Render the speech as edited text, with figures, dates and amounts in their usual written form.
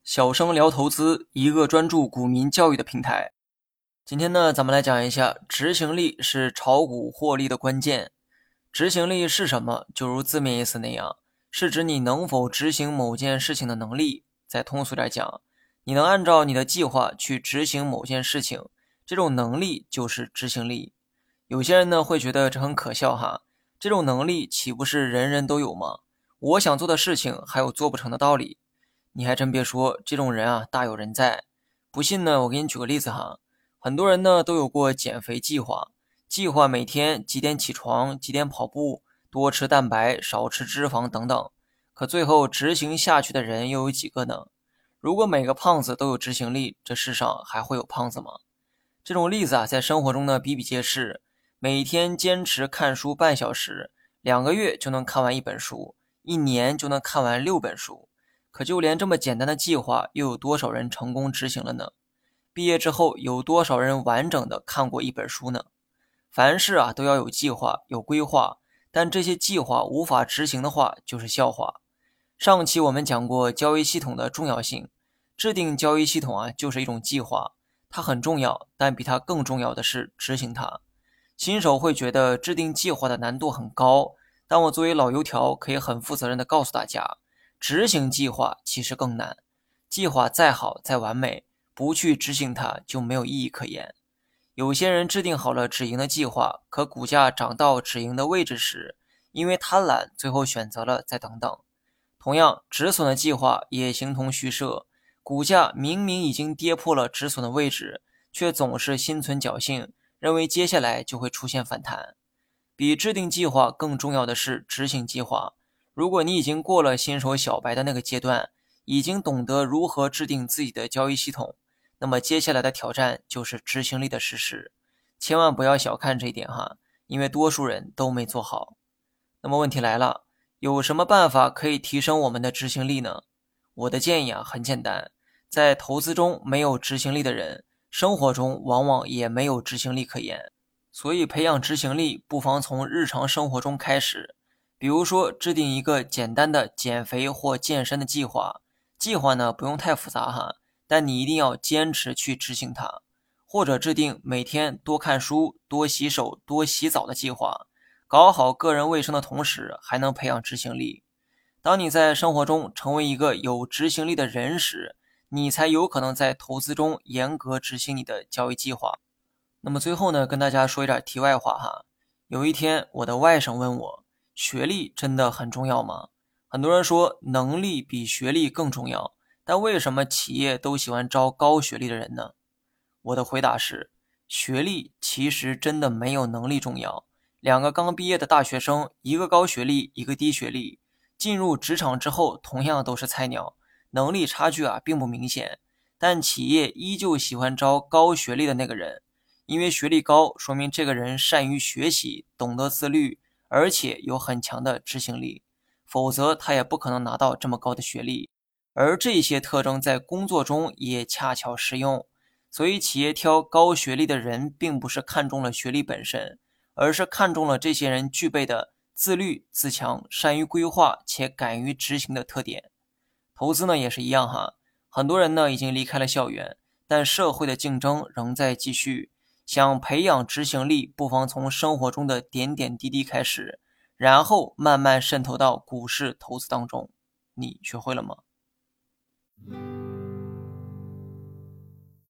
小生聊投资，一个专注股民教育的平台。今天呢，咱们来讲一下，执行力是炒股获利的关键。执行力是什么？就如字面意思那样，是指你能否执行某件事情的能力。再通俗点讲，你能按照你的计划去执行某件事情，这种能力就是执行力。有些人呢会觉得这很可笑哈，这种能力岂不是人人都有吗？我想做的事情还有做不成的道理。你还真别说，这种人啊大有人在。不信呢，我给你举个例子哈。很多人呢都有过减肥计划，计划每天几点起床，几点跑步，多吃蛋白，少吃脂肪等等。可最后执行下去的人又有几个呢？如果每个胖子都有执行力，这世上还会有胖子吗？这种例子啊，在生活中呢比比皆是。每天坚持看书半小时，2个月就能看完一本书，1年就能看完6本书。可就连这么简单的计划，又有多少人成功执行了呢？毕业之后，有多少人完整的看过一本书呢？凡事啊都要有计划、有规划，但这些计划无法执行的话，就是笑话。上期我们讲过交易系统的重要性，制定交易系统啊就是一种计划，它很重要，但比它更重要的是执行它。新手会觉得制定计划的难度很高，但我作为老油条，可以很负责任的告诉大家，执行计划其实更难。计划再好再完美，不去执行它就没有意义可言。有些人制定好了止盈的计划，可股价涨到止盈的位置时，因为贪婪，最后选择了再等等。同样，止损的计划也形同虚设，股价明明已经跌破了止损的位置，却总是心存侥幸，认为接下来就会出现反弹。比制定计划更重要的是执行计划。如果你已经过了新手小白的那个阶段，已经懂得如何制定自己的交易系统，那么接下来的挑战就是执行力的实施。千万不要小看这一点哈，因为多数人都没做好。那么问题来了，有什么办法可以提升我们的执行力呢？我的建议啊很简单，在投资中没有执行力的人，生活中往往也没有执行力可言。所以培养执行力，不妨从日常生活中开始。比如说，制定一个简单的减肥或健身的计划。计划呢，不用太复杂哈，但你一定要坚持去执行它。或者制定每天多看书、多洗手、多洗澡的计划。搞好个人卫生的同时，还能培养执行力。当你在生活中成为一个有执行力的人时，你才有可能在投资中严格执行你的交易计划。那么最后呢，跟大家说一点题外话哈。有一天，我的外甥问我，学历真的很重要吗？很多人说能力比学历更重要，但为什么企业都喜欢招高学历的人呢？我的回答是，学历其实真的没有能力重要。2个刚毕业的大学生，一个高学历，一个低学历，进入职场之后同样都是菜鸟，能力差距啊并不明显，但企业依旧喜欢招高学历的那个人。因为学历高，说明这个人善于学习，懂得自律，而且有很强的执行力，否则他也不可能拿到这么高的学历。而这些特征在工作中也恰巧适用，所以企业挑高学历的人，并不是看中了学历本身，而是看中了这些人具备的自律、自强、善于规划且敢于执行的特点。投资呢也是一样哈，很多人呢已经离开了校园，但社会的竞争仍在继续。想培养执行力，不妨从生活中的点点滴滴开始，然后慢慢渗透到股市投资当中。你学会了吗？